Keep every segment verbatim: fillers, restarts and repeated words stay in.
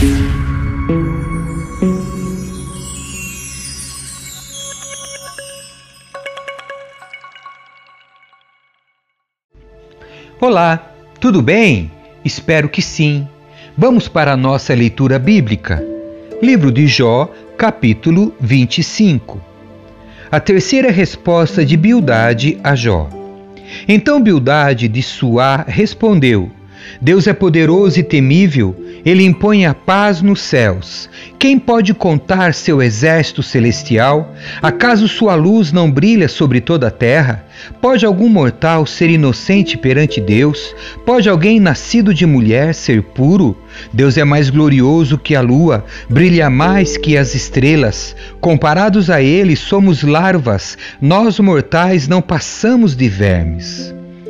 Olá, tudo bem? Espero que sim. Vamos para a nossa leitura bíblica. Livro de Jó, capítulo vinte e cinco. A terceira resposta de Bildade a Jó. Então Bildade de Suá respondeu: Deus é poderoso e temível, ele impõe a paz nos céus. Quem pode contar seu exército celestial? Acaso sua luz não brilha sobre toda a terra? Pode algum mortal ser inocente perante Deus? Pode alguém nascido de mulher ser puro? Deus é mais glorioso que a lua, brilha mais que as estrelas. Comparados a ele, somos larvas, nós mortais não passamos de vermes.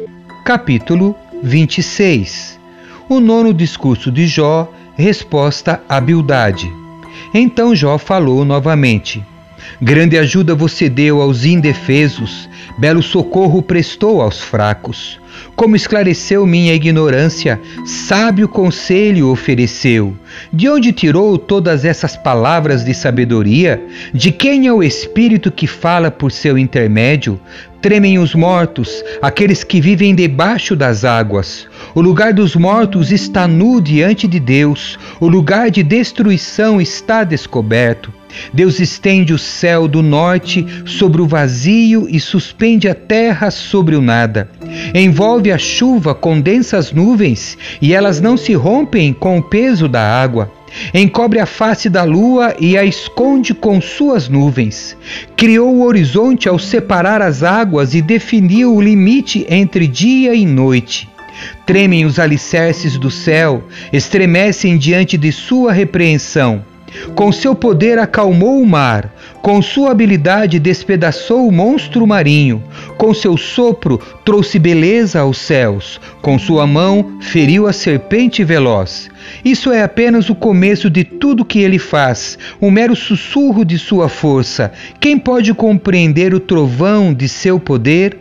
Capítulo vinte e seis. O nono discurso de Jó, resposta a Bildade. Então Jó falou novamente: Grande ajuda você deu aos indefesos, belo socorro prestou aos fracos. Como esclareceu minha ignorância, sábio conselho ofereceu. De onde tirou todas essas palavras de sabedoria? De quem é o Espírito que fala por seu intermédio? Tremem os mortos, aqueles que vivem debaixo das águas. O lugar dos mortos está nu diante de Deus, o lugar de destruição está descoberto. Deus estende o céu do norte sobre o vazio e suspende a terra sobre o nada. Envolve a chuva com densas nuvens e elas não se rompem com o peso da água. Encobre a face da lua e a esconde com suas nuvens. Criou o horizonte ao separar as águas e definiu o limite entre dia e noite. Tremem os alicerces do céu, estremecem diante de sua repreensão. Com seu poder acalmou o mar, com sua habilidade despedaçou o monstro marinho, com seu sopro trouxe beleza aos céus, com sua mão feriu a serpente veloz. Isso é apenas o começo de tudo que ele faz, um mero sussurro de sua força. Quem pode compreender o trovão de seu poder?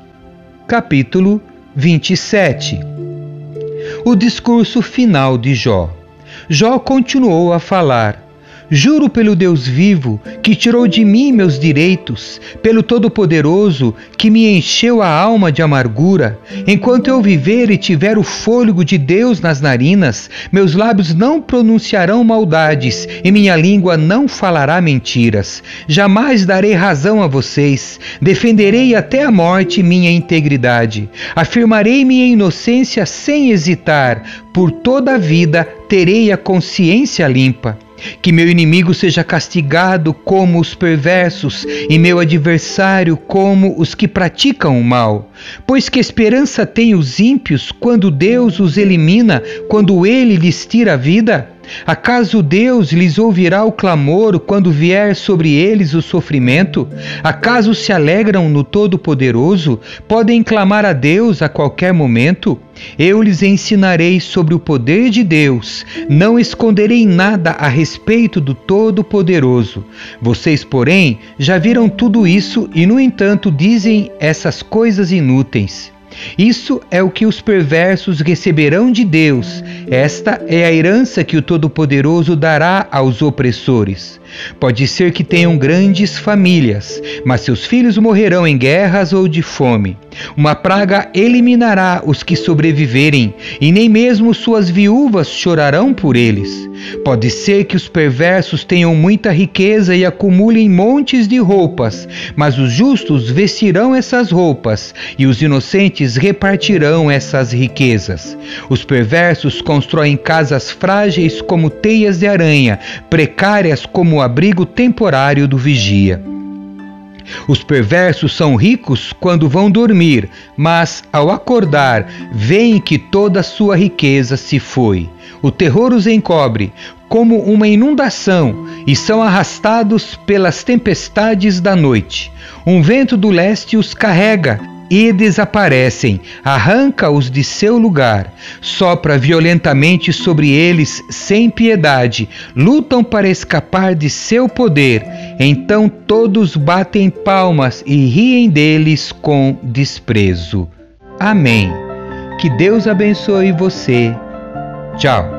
Capítulo vinte e sete. O discurso final de Jó. Jó continuou a falar: Juro pelo Deus vivo, que tirou de mim meus direitos, pelo Todo-Poderoso, que me encheu a alma de amargura. Enquanto eu viver e tiver o fôlego de Deus nas narinas, meus lábios não pronunciarão maldades e minha língua não falará mentiras. Jamais darei razão a vocês, defenderei até a morte minha integridade. Afirmarei minha inocência sem hesitar, por toda a vida terei a consciência limpa. Que meu inimigo seja castigado como os perversos e meu adversário como os que praticam o mal. Pois que esperança têm os ímpios quando Deus os elimina, quando Ele lhes tira a vida? Acaso Deus lhes ouvirá o clamor quando vier sobre eles o sofrimento? Acaso se alegram no Todo-Poderoso? Podem clamar a Deus a qualquer momento? Eu lhes ensinarei sobre o poder de Deus. Não esconderei nada a respeito do Todo-Poderoso. Vocês, porém, já viram tudo isso e, no entanto, dizem essas coisas inúteis. Isso é o que os perversos receberão de Deus. Esta é a herança que o Todo-Poderoso dará aos opressores. Pode ser que tenham grandes famílias, mas seus filhos morrerão em guerras ou de fome. Uma praga eliminará os que sobreviverem, e nem mesmo suas viúvas chorarão por eles. Pode ser que os perversos tenham muita riqueza e acumulem montes de roupas, mas os justos vestirão essas roupas, e os inocentes repartirão essas riquezas. Os perversos constroem casas frágeis como teias de aranha, precárias como o abrigo temporário do vigia. Os perversos são ricos quando vão dormir, mas ao acordar, veem que toda a sua riqueza se foi. O terror os encobre como uma inundação e são arrastados pelas tempestades da noite. Um vento do leste os carrega e desaparecem, arranca-os de seu lugar, sopra violentamente sobre eles sem piedade, lutam para escapar de seu poder, então todos batem palmas e riem deles com desprezo. Amém. Que Deus abençoe você. Tchau.